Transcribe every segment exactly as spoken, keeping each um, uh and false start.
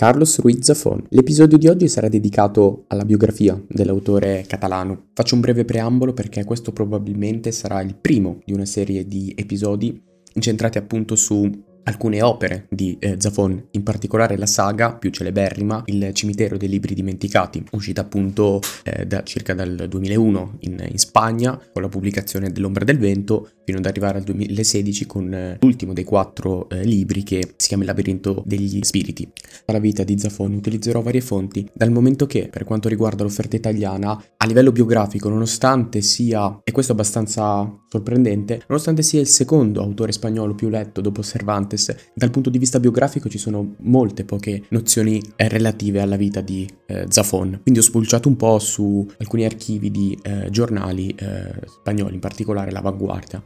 Carlos Ruiz Zafón. L'episodio di oggi sarà dedicato alla biografia dell'autore catalano. Faccio un breve preambolo perché questo probabilmente sarà il primo di una serie di episodi incentrati appunto su alcune opere di eh, Zafón, in particolare la saga più celeberrima, Il cimitero dei libri dimenticati, uscita appunto eh, da, circa dal duemilauno in, in Spagna, con la pubblicazione dell'Ombra del Vento, fino ad arrivare al duemilasedici con eh, l'ultimo dei quattro eh, libri che si chiama Il labirinto degli spiriti. Alla vita di Zafón utilizzerò varie fonti, dal momento che, per quanto riguarda l'offerta italiana, a livello biografico, nonostante sia, e questo è abbastanza sorprendente, nonostante sia il secondo autore spagnolo più letto dopo Cervantes, dal punto di vista biografico ci sono molte poche nozioni eh, relative alla vita di eh, Zafón. Quindi ho spulciato un po' su alcuni archivi di eh, giornali eh, spagnoli, in particolare l'Avanguardia.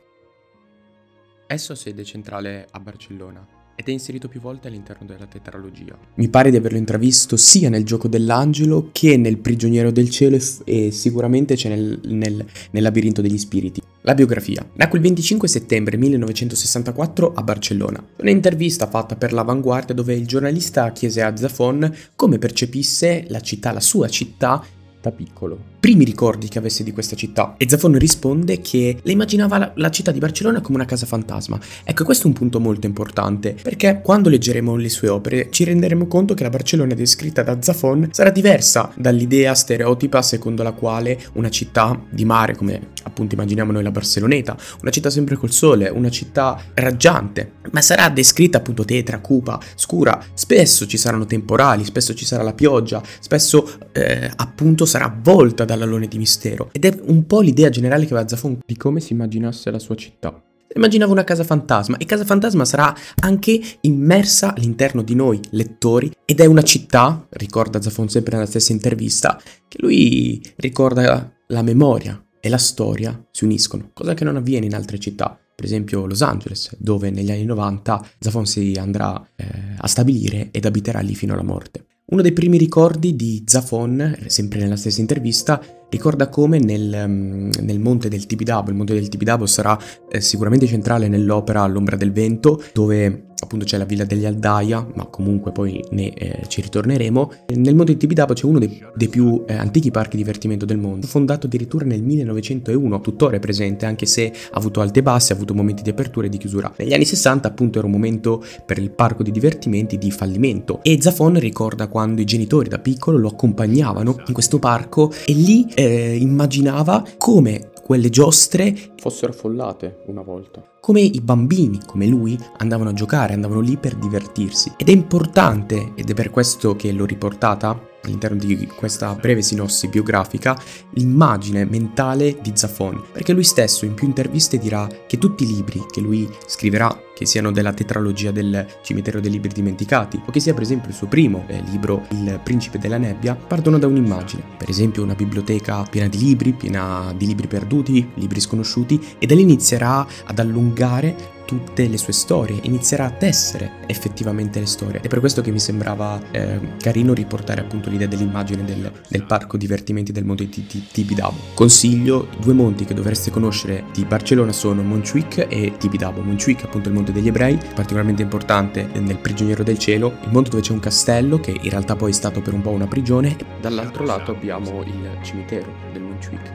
Esso ha sede centrale a Barcellona ed è inserito più volte all'interno della tetralogia. Mi pare di averlo intravisto sia nel Gioco dell'Angelo che nel Prigioniero del Cielo e sicuramente c'è nel, nel, nel Labirinto degli Spiriti. La biografia. Nacque il venticinque settembre millenovecentosessantaquattro a Barcellona. Un'intervista fatta per l'Avanguardia dove il giornalista chiese a Zafón come percepisse la città, la sua città, da piccolo. Primi ricordi che avesse di questa città. E Zafón risponde che le immaginava la, la città di Barcellona come una casa fantasma. Ecco, questo è un punto molto importante, perché quando leggeremo le sue opere ci renderemo conto che la Barcellona descritta da Zafón sarà diversa dall'idea stereotipa secondo la quale una città di mare, come appunto immaginiamo noi la Barceloneta, una città sempre col sole, una città raggiante, ma sarà descritta appunto tetra, cupa, scura. Spesso ci saranno temporali, spesso ci sarà la pioggia, spesso eh, appunto sarà avvolta dall'alone di mistero. Ed è un po' l'idea generale che aveva Zafón di come si immaginasse la sua città. Immaginava una casa fantasma, e casa fantasma sarà anche immersa all'interno di noi lettori, ed è una città, ricorda Zafón sempre nella stessa intervista, che lui ricorda la memoria e la storia si uniscono, cosa che non avviene in altre città. Per esempio Los Angeles, dove negli anni novanta Zafón si andrà eh, a stabilire ed abiterà lì fino alla morte. Uno dei primi ricordi di Zafón, sempre nella stessa intervista, ricorda come nel, um, nel Monte del Tibidabo, il Monte del Tibidabo sarà eh, sicuramente centrale nell'opera L'Ombra del Vento, dove appunto c'è la villa degli Aldaia, ma comunque poi ne eh, ci ritorneremo. Nel Monte del Tibidabo c'è uno dei, dei più eh, antichi parchi divertimento del mondo, fondato addirittura nel millenovecentouno, tuttora è presente, anche se ha avuto alte e basse, ha avuto momenti di apertura e di chiusura. Negli anni sessanta appunto era un momento per il parco di divertimenti di fallimento, e Zafón ricorda quando i genitori da piccolo lo accompagnavano in questo parco e lì eh, immaginava come quelle giostre fossero affollate una volta. Come i bambini, come lui, andavano a giocare, andavano lì per divertirsi. Ed è importante, ed è per questo che l'ho riportata all'interno di questa breve sinossi biografica, l'immagine mentale di Zafón, perché lui stesso in più interviste dirà che tutti i libri che lui scriverà, che siano della tetralogia del cimitero dei libri dimenticati, o che sia per esempio il suo primo eh, libro, Il principe della nebbia, partono da un'immagine. Per esempio una biblioteca piena di libri, piena di libri perduti, libri sconosciuti, e da lì inizierà ad allungare tutte le sue storie, inizierà a tessere effettivamente le storie. È per questo che mi sembrava eh, carino riportare appunto l'idea dell'immagine del, del parco divertimenti del Monte di Tibidabo. Consiglio, i due monti che dovreste conoscere di Barcellona sono Montjuïc e Tibidabo. Montjuïc appunto il monte degli ebrei, particolarmente importante nel Prigioniero del Cielo, il monte dove c'è un castello che in realtà poi è stato per un po' una prigione. Dall'altro lato abbiamo il cimitero del Montjuïc.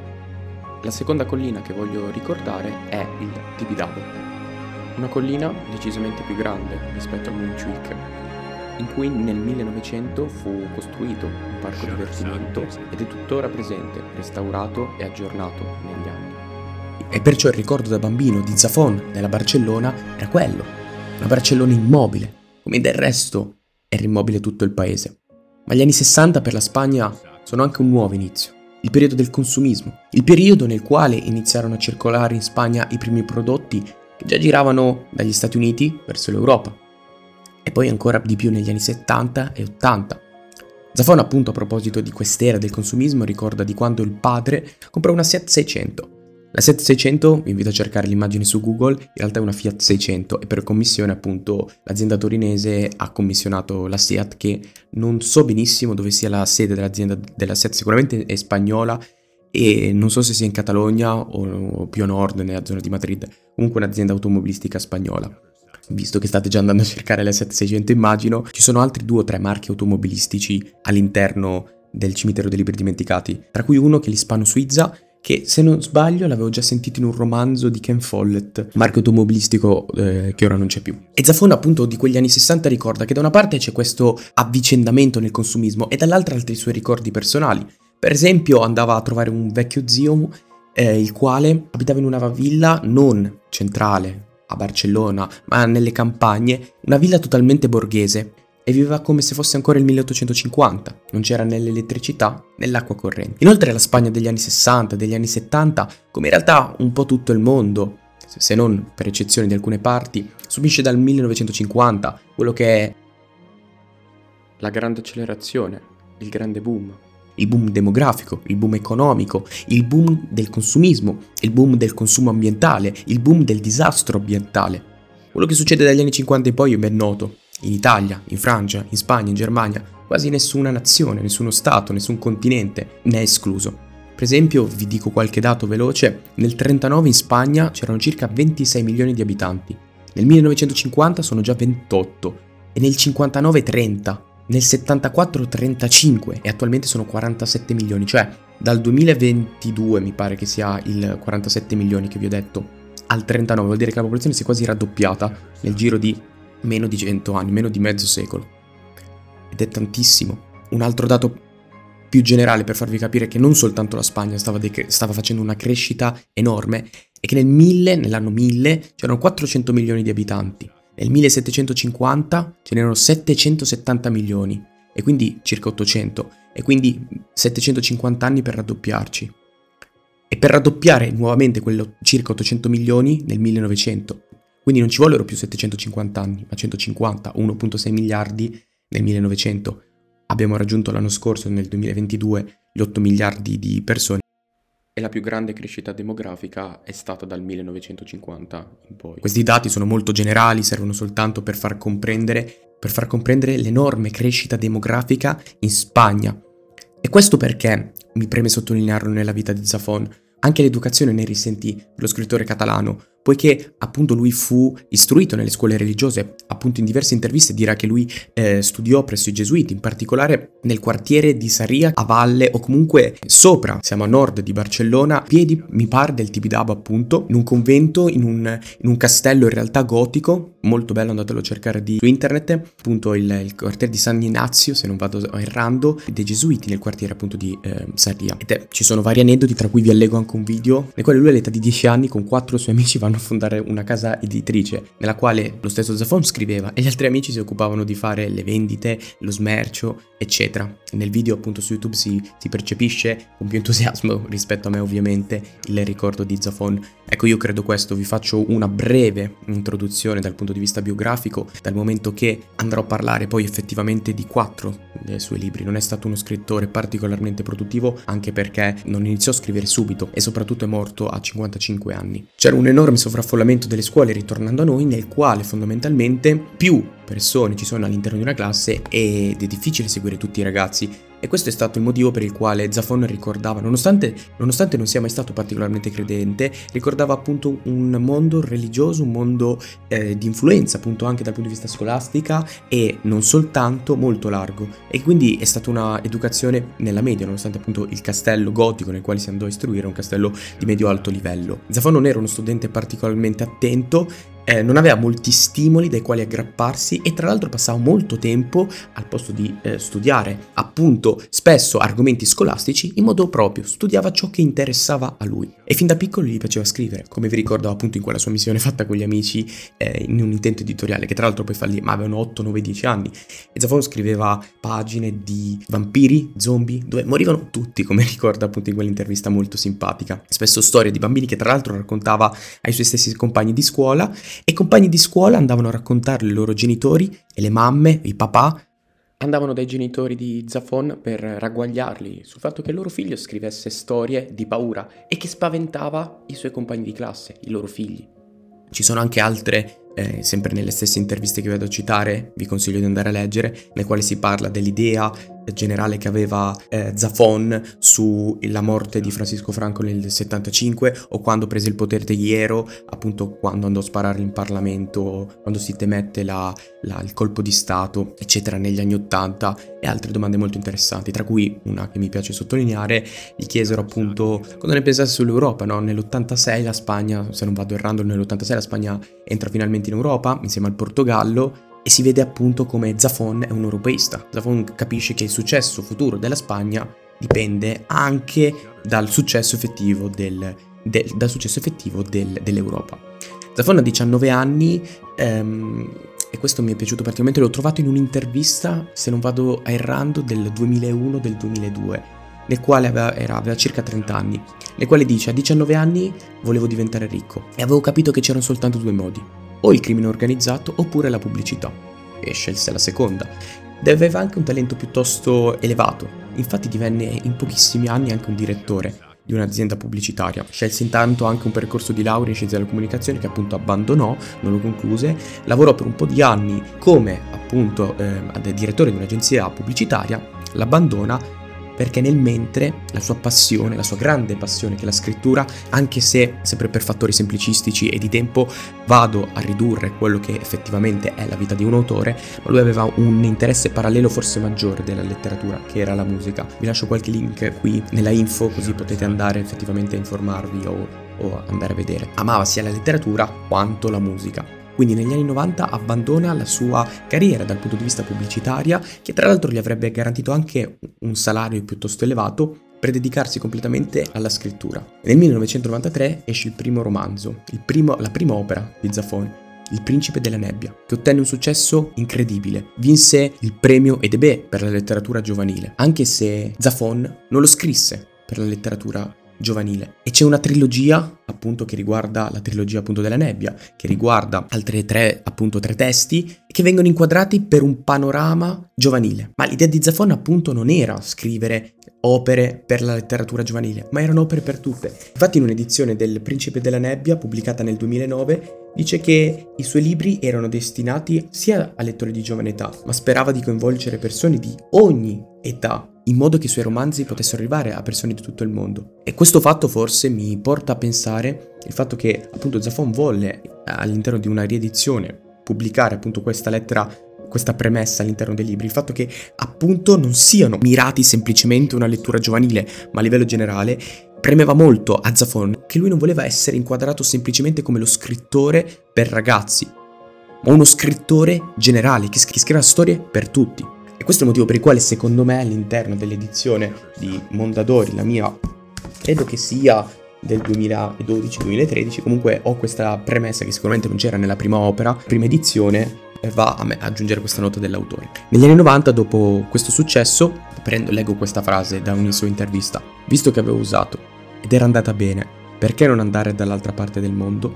La seconda collina che voglio ricordare è il Tibidabo. Una collina decisamente più grande rispetto al Montjuïc, in cui nel millenovecento fu costruito un parco divertimento ed è tuttora presente, restaurato e aggiornato negli anni. E perciò il ricordo da bambino di Zafón della Barcellona era quello, una Barcellona immobile, come del resto era immobile tutto il paese. Ma gli anni sessanta per la Spagna sono anche un nuovo inizio. Il periodo del consumismo, il periodo nel quale iniziarono a circolare in Spagna i primi prodotti che già giravano dagli Stati Uniti verso l'Europa, e poi ancora di più negli anni settanta e ottanta. Zafón appunto a proposito di quest'era del consumismo ricorda di quando il padre comprò una Seat seicento. La Seat seicento, vi invito a cercare l'immagine su Google, in realtà è una Fiat seicento e per commissione appunto l'azienda torinese ha commissionato la Seat, che non so benissimo dove sia la sede dell'azienda della Seat, sicuramente è spagnola e non so se sia in Catalogna o più a nord nella zona di Madrid, comunque un'azienda automobilistica spagnola. visto che state già andando a cercare l'S settecento immagino, ci sono altri due o tre marchi automobilistici all'interno del cimitero dei libri dimenticati, tra cui uno che è l'Hispano Suiza, che se non sbaglio l'avevo già sentito in un romanzo di Ken Follett, marchio automobilistico eh, che ora non c'è più. E Zafón appunto di quegli anni sessanta ricorda che da una parte c'è questo avvicendamento nel consumismo e dall'altra altri suoi ricordi personali. Per esempio andava a trovare un vecchio zio eh, il quale abitava in una villa non centrale a Barcellona ma nelle campagne, una villa totalmente borghese, e viveva come se fosse ancora il milleottocentocinquanta, non c'era né l'elettricità né l'acqua corrente. Inoltre la Spagna degli anni sessanta, degli anni settanta, come in realtà un po' tutto il mondo, se non per eccezione di alcune parti, subisce dal millenovecentocinquanta quello che è la grande accelerazione, il grande boom. Il boom demografico, il boom economico, il boom del consumismo, il boom del consumo ambientale, il boom del disastro ambientale. Quello che succede dagli anni cinquanta in poi è ben noto. In Italia, in Francia, in Spagna, in Germania, quasi nessuna nazione, nessuno stato, nessun continente ne è escluso. Per esempio, vi dico qualche dato veloce, nel trentanove in Spagna c'erano circa ventisei milioni di abitanti, nel millenovecentocinquanta sono già ventotto e nel cinquantanove trenta, nel settantaquattro trentacinque e attualmente sono quarantasette milioni, cioè dal duemilaventidue mi pare che sia il quarantasette milioni che vi ho detto, al trentanove, vuol dire che la popolazione si è quasi raddoppiata nel giro di meno di cento anni, meno di mezzo secolo. Ed è tantissimo. Un altro dato più generale per farvi capire che non soltanto la Spagna stava, de- stava facendo una crescita enorme è che nel mille, nell'anno mille, c'erano quattrocento milioni di abitanti. Nel millesettecentocinquanta ce n'erano settecentosettanta milioni e quindi circa ottocento e quindi settecentocinquanta anni per raddoppiarci. E per raddoppiare nuovamente quello circa ottocento milioni nel millenovecento. Quindi non ci vollero più settecentocinquanta anni, ma centocinquanta, uno virgola sei miliardi nel millenovecento. Abbiamo raggiunto l'anno scorso, nel duemilaventidue, gli otto miliardi di persone. E la più grande crescita demografica è stata dal millenovecentocinquanta in poi. Questi dati sono molto generali, servono soltanto per far comprendere, per far comprendere l'enorme crescita demografica in Spagna. E questo perché mi preme sottolinearlo nella vita di Zafón. Anche l'educazione ne risentì per lo scrittore catalano, poiché appunto lui fu istruito nelle scuole religiose. Appunto in diverse interviste dirà che lui eh, studiò presso i gesuiti, in particolare nel quartiere di Sarria, a valle o comunque sopra, siamo a nord di Barcellona, a piedi mi pare del Tibidabo appunto, in un convento, in un, in un castello in realtà gotico, molto bello, andatelo a cercare di, su internet, appunto il, il quartiere di San Ignazio, se non vado errando, dei gesuiti nel quartiere appunto di eh, Sarria. Ed eh, ci sono vari aneddoti, tra cui vi allego anche un video nel quale lui all'età di dieci anni con quattro suoi amici vanno a fondare una casa editrice nella quale lo stesso Zafón scriveva e gli altri amici si occupavano di fare le vendite, lo smercio, eccetera. Nel video appunto su YouTube si, si percepisce con più entusiasmo rispetto a me ovviamente il ricordo di Zafón. Ecco, io credo questo, vi faccio una breve introduzione dal punto di vista biografico, dal momento che andrò a parlare poi effettivamente di quattro dei suoi libri. Non è stato uno scrittore particolarmente produttivo, anche perché non iniziò a scrivere subito e soprattutto è morto a cinquantacinque anni. C'era un enorme sovraffollamento delle scuole, ritornando a noi, nel quale fondamentalmente più persone ci sono all'interno di una classe ed è difficile seguire tutti i ragazzi. E questo è stato il motivo per il quale Zafón ricordava, nonostante, nonostante non sia mai stato particolarmente credente, ricordava appunto un mondo religioso, un mondo eh, di influenza appunto anche dal punto di vista scolastica e non soltanto, molto largo. E quindi è stata una educazione nella media, nonostante appunto il castello gotico nel quale si andò a istruire, un castello di medio-alto livello. Zafón non era uno studente particolarmente attento, Eh, non aveva molti stimoli dai quali aggrapparsi e tra l'altro passava molto tempo al posto di eh, studiare appunto spesso argomenti scolastici in modo proprio, studiava ciò che interessava a lui e fin da piccolo gli piaceva scrivere, come vi ricordo appunto in quella sua missione fatta con gli amici eh, in un intento editoriale che tra l'altro poi fallì, ma avevano otto, nove, dieci anni e Zafón scriveva pagine di vampiri, zombie, dove morivano tutti, come ricorda appunto in quell'intervista molto simpatica, spesso storie di bambini che tra l'altro raccontava ai suoi stessi compagni di scuola. E i compagni di scuola andavano a raccontarle ai loro genitori e le mamme, i papà, andavano dai genitori di Zafón per ragguagliarli sul fatto che il loro figlio scrivesse storie di paura e che spaventava i suoi compagni di classe, i loro figli. Ci sono anche altre, eh, sempre nelle stesse interviste che vado a citare, vi consiglio di andare a leggere, nel quale si parla dell'idea generale che aveva eh, Zafón sulla morte di Francisco Franco nel settantacinque, o quando prese il potere De Hierro, appunto quando andò a sparare in Parlamento, quando si temette la, la, il colpo di Stato, eccetera, negli anni ottanta, e altre domande molto interessanti, tra cui una che mi piace sottolineare. Gli chiesero appunto cosa ne pensasse sull'Europa, no? Nell'ottantasei la Spagna, se non vado errando, nell'ottantasei la Spagna entra finalmente in Europa insieme al Portogallo, e si vede appunto come Zafón è un europeista. Zafón capisce che il successo futuro della Spagna dipende anche dal successo effettivo, del, del, dal successo effettivo del, dell'Europa. Zafón ha diciannove anni, ehm, e questo mi è piaciuto particolarmente, l'ho trovato in un'intervista, se non vado errando, del duemilauno, del duemiladue, nel quale aveva, era, aveva circa trenta anni, nel quale dice: a diciannove anni volevo diventare ricco e avevo capito che c'erano soltanto due modi, o il crimine organizzato oppure la pubblicità, e scelse la seconda. Aveva anche un talento piuttosto elevato, infatti divenne in pochissimi anni anche un direttore di un'azienda pubblicitaria. Scelse intanto anche un percorso di laurea in scienze della comunicazione che appunto abbandonò, non lo concluse, lavorò per un po' di anni come appunto eh, direttore di un'agenzia pubblicitaria, l'abbandona perché nel mentre la sua passione, la sua grande passione che è la scrittura, anche se sempre per fattori semplicistici e di tempo vado a ridurre quello che effettivamente è la vita di un autore, ma lui aveva un interesse parallelo forse maggiore della letteratura, che era la musica. Vi lascio qualche link qui nella info così potete andare effettivamente a informarvi o, o andare a vedere. Amava sia la letteratura quanto la musica. Quindi negli anni novanta abbandona la sua carriera dal punto di vista pubblicitaria, che tra l'altro gli avrebbe garantito anche un salario piuttosto elevato, per dedicarsi completamente alla scrittura. Nel millenovecentonovantatré esce il primo romanzo, il primo, la prima opera di Zafón, Il principe della nebbia, che ottenne un successo incredibile. Vinse il premio Edebé per la letteratura giovanile, anche se Zafón non lo scrisse per la letteratura giovanile. E c'è una trilogia appunto che riguarda la trilogia appunto della nebbia, che riguarda altre tre appunto tre testi che vengono inquadrati per un panorama giovanile. Ma l'idea di Zafón appunto non era scrivere opere per la letteratura giovanile, ma erano opere per tutte. Infatti in un'edizione del Principe della nebbia pubblicata nel duemilanove dice che i suoi libri erano destinati sia a lettori di giovane età, ma sperava di coinvolgere persone di ogni età, in modo che i suoi romanzi potessero arrivare a persone di tutto il mondo. E questo fatto forse mi porta a pensare il fatto che appunto Zafón volle all'interno di una riedizione pubblicare appunto questa lettera, questa premessa all'interno dei libri, il fatto che appunto non siano mirati semplicemente a una lettura giovanile, ma a livello generale. Premeva molto a Zafón che lui non voleva essere inquadrato semplicemente come lo scrittore per ragazzi, ma uno scrittore generale che scriveva storie per tutti. E questo è il motivo per il quale secondo me all'interno dell'edizione di Mondadori, la mia credo che sia del duemiladodici duemilatredici, comunque ho questa premessa che sicuramente non c'era nella prima opera, prima edizione, va a me aggiungere questa nota dell'autore. Negli anni novanta, dopo questo successo, prendo, leggo questa frase da una sua intervista: visto che avevo usato ed era andata bene, perché non andare dall'altra parte del mondo?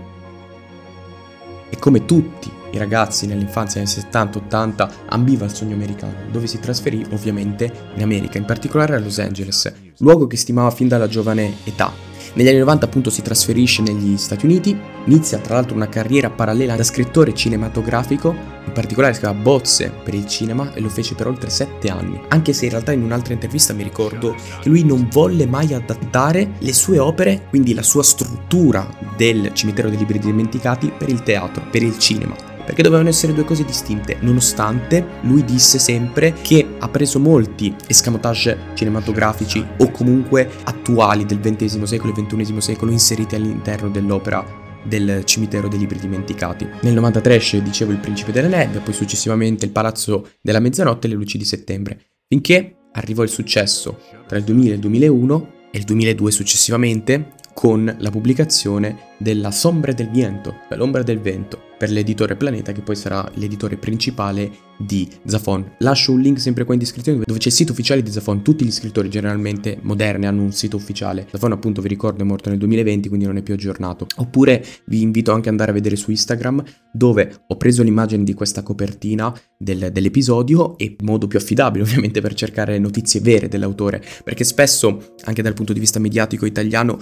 E come tutti i ragazzi nell'infanzia negli settanta ottanta ambiva al sogno americano, dove si trasferì ovviamente in America, in particolare a Los Angeles, luogo che stimava fin dalla giovane età. Negli anni novanta appunto si trasferisce negli Stati Uniti, inizia tra l'altro una carriera parallela da scrittore cinematografico, in particolare scriveva bozze per il cinema e lo fece per oltre sette anni, anche se in realtà in un'altra intervista mi ricordo che lui non volle mai adattare le sue opere, quindi la sua struttura del Cimitero dei Libri Dimenticati, per il teatro, per il cinema, perché dovevano essere due cose distinte, nonostante lui disse sempre che ha preso molti escamotage cinematografici o comunque attuali del ventesimo secolo e ventunesimo secolo inseriti all'interno dell'opera del Cimitero dei Libri Dimenticati. Nel novantatré esce, dicevo, Il Principe della nebbia, poi successivamente Il Palazzo della mezzanotte e Le luci di settembre, finché arrivò il successo tra il duemila e il duemilauno e il duemiladue successivamente, con la pubblicazione della Sombra del Viento, l'ombra del vento, per l'editore Planeta, che poi sarà l'editore principale di Zafón. Lascio un link sempre qua in descrizione dove c'è il sito ufficiale di Zafón. Tutti gli scrittori generalmente moderni hanno un sito ufficiale. Zafón appunto, vi ricordo, è morto nel duemilaventi, quindi non è più aggiornato. Oppure vi invito anche ad andare a vedere su Instagram, dove ho preso l'immagine di questa copertina del, dell'episodio, e in modo più affidabile ovviamente per cercare notizie vere dell'autore, perché spesso anche dal punto di vista mediatico italiano sono andato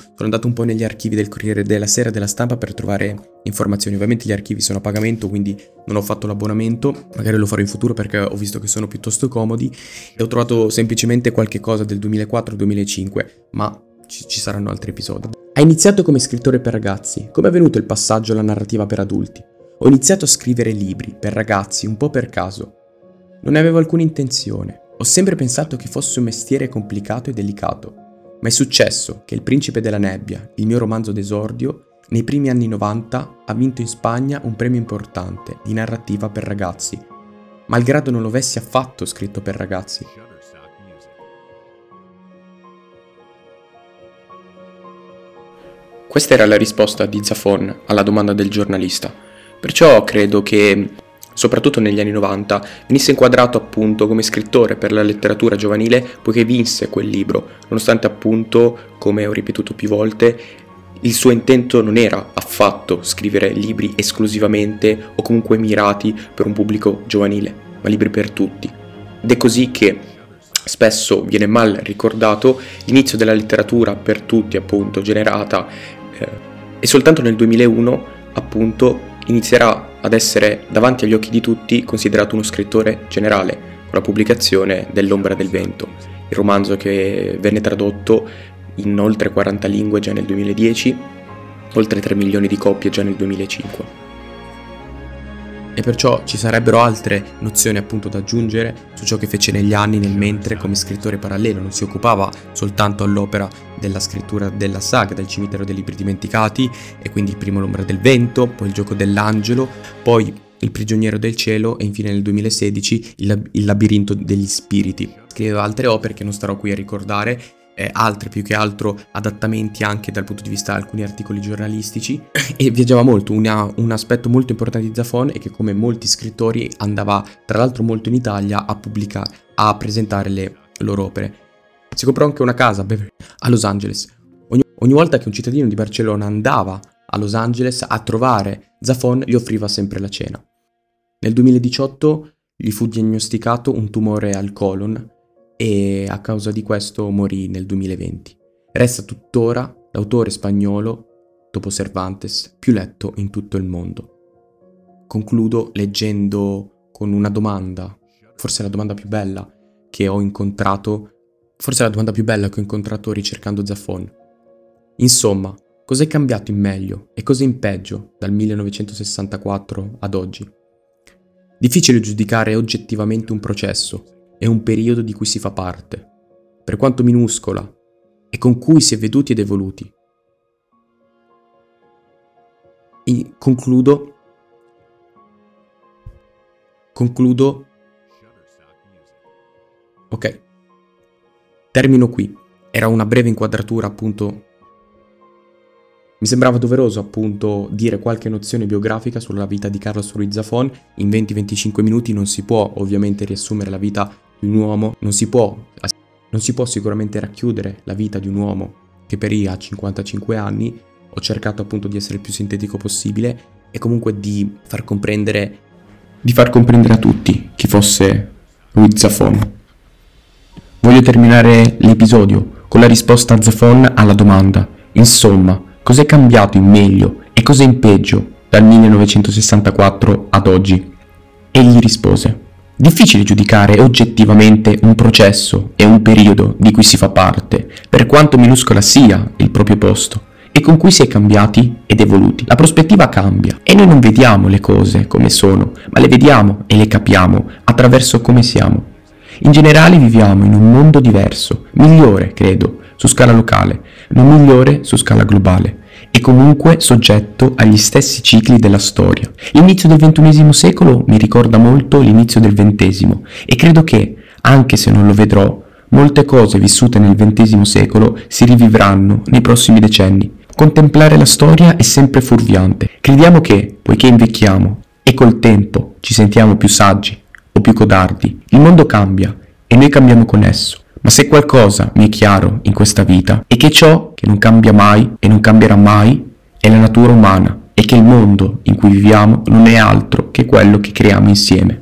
un po' negli archivi del Corriere della Sera e della Stampa per trovare informazioni. Ovviamente gli archivi sono a pagamento, quindi non ho fatto l'abbonamento, magari lo farò in futuro perché ho visto che sono piuttosto comodi, e ho trovato semplicemente qualche cosa del duemilaquattro duemilacinque, ma ci, ci saranno altri episodi. Ha iniziato come scrittore per ragazzi. Come è avvenuto il passaggio alla narrativa per adulti? Ho iniziato a scrivere libri per ragazzi un po' per caso. Non ne avevo alcuna intenzione. Ho sempre pensato che fosse un mestiere complicato e delicato. Ma è successo che Il Principe della Nebbia, il mio romanzo d'esordio, nei primi anni novanta ha vinto in Spagna un premio importante di narrativa per ragazzi, malgrado non lo avessi affatto scritto per ragazzi. Questa era la risposta di Zafón alla domanda del giornalista. Perciò credo che, soprattutto negli anni novanta, venisse inquadrato appunto come scrittore per la letteratura giovanile, poiché vinse quel libro, nonostante appunto, come ho ripetuto più volte, il suo intento non era affatto scrivere libri esclusivamente o comunque mirati per un pubblico giovanile, ma libri per tutti. Ed è così che spesso viene mal ricordato l'inizio della letteratura per tutti, appunto, generata, eh, e soltanto nel duemilauno, appunto, inizierà ad essere davanti agli occhi di tutti considerato uno scrittore generale, con la pubblicazione dell'Ombra del vento, il romanzo che venne tradotto in oltre quaranta lingue già nel duemiladieci, oltre tre milioni di copie già nel duemilacinque. E perciò ci sarebbero altre nozioni appunto da aggiungere su ciò che fece negli anni nel mentre come scrittore parallelo. Non si occupava soltanto all'opera della scrittura della saga del Cimitero dei Libri Dimenticati, e quindi il primo L'Ombra del Vento, poi Il Gioco dell'Angelo, poi Il Prigioniero del Cielo e infine nel duemilasedici Il, Lab- il Labirinto degli Spiriti. Scriveva altre opere che non starò qui a ricordare, Eh, altre più che altro adattamenti anche dal punto di vista di alcuni articoli giornalistici, e viaggiava molto. Una, un aspetto molto importante di Zafón è che, come molti scrittori, andava tra l'altro molto in Italia a pubblicare, a presentare le loro opere. Si comprò anche una casa a Los Angeles. Ogni, ogni volta che un cittadino di Barcellona andava a Los Angeles a trovare Zafón, gli offriva sempre la cena. Nel duemiladiciotto gli fu diagnosticato un tumore al colon e a causa di questo morì nel duemilaventi. Resta tuttora l'autore spagnolo, dopo Cervantes, più letto in tutto il mondo. Concludo leggendo con una domanda, forse la domanda più bella che ho incontrato, forse la domanda più bella che ho incontrato ricercando Zafón. Insomma, cos'è cambiato in meglio e cos'è in peggio dal millenovecentosessantaquattro ad oggi? Difficile giudicare oggettivamente un processo e un periodo di cui si fa parte, per quanto minuscola, e con cui si è veduti ed evoluti. E concludo, concludo, ok, termino qui. Era una breve inquadratura, appunto. Mi sembrava doveroso appunto dire qualche nozione biografica sulla vita di Carlos Ruiz Zafón. In venti venticinque minuti non si può ovviamente riassumere la vita di un uomo, non si può, non si può sicuramente racchiudere la vita di un uomo che perì a cinquantacinque anni. Ho cercato appunto di essere il più sintetico possibile e comunque di far comprendere, di far comprendere a tutti chi fosse Ruiz Zafón. Voglio terminare l'episodio con la risposta a Zafón alla domanda: insomma, cos'è cambiato in meglio e cos'è in peggio dal millenovecentosessantaquattro ad oggi? Egli rispose: difficile giudicare oggettivamente un processo e un periodo di cui si fa parte, per quanto minuscola sia il proprio posto, e con cui si è cambiati ed evoluti. La prospettiva cambia e noi non vediamo le cose come sono, ma le vediamo e le capiamo attraverso come siamo. In generale viviamo in un mondo diverso, migliore, credo, su scala locale, non migliore su scala globale, e comunque soggetto agli stessi cicli della storia. L'inizio del ventunesimo secolo mi ricorda molto l'inizio del ventesimo, e credo che, anche se non lo vedrò, molte cose vissute nel ventesimo secolo si rivivranno nei prossimi decenni. Contemplare la storia è sempre fuorviante. Crediamo che, poiché invecchiamo e col tempo ci sentiamo più saggi o più codardi, il mondo cambia e noi cambiamo con esso. Ma se qualcosa mi è chiaro in questa vita è che ciò che non cambia mai e non cambierà mai è la natura umana, e che il mondo in cui viviamo non è altro che quello che creiamo insieme.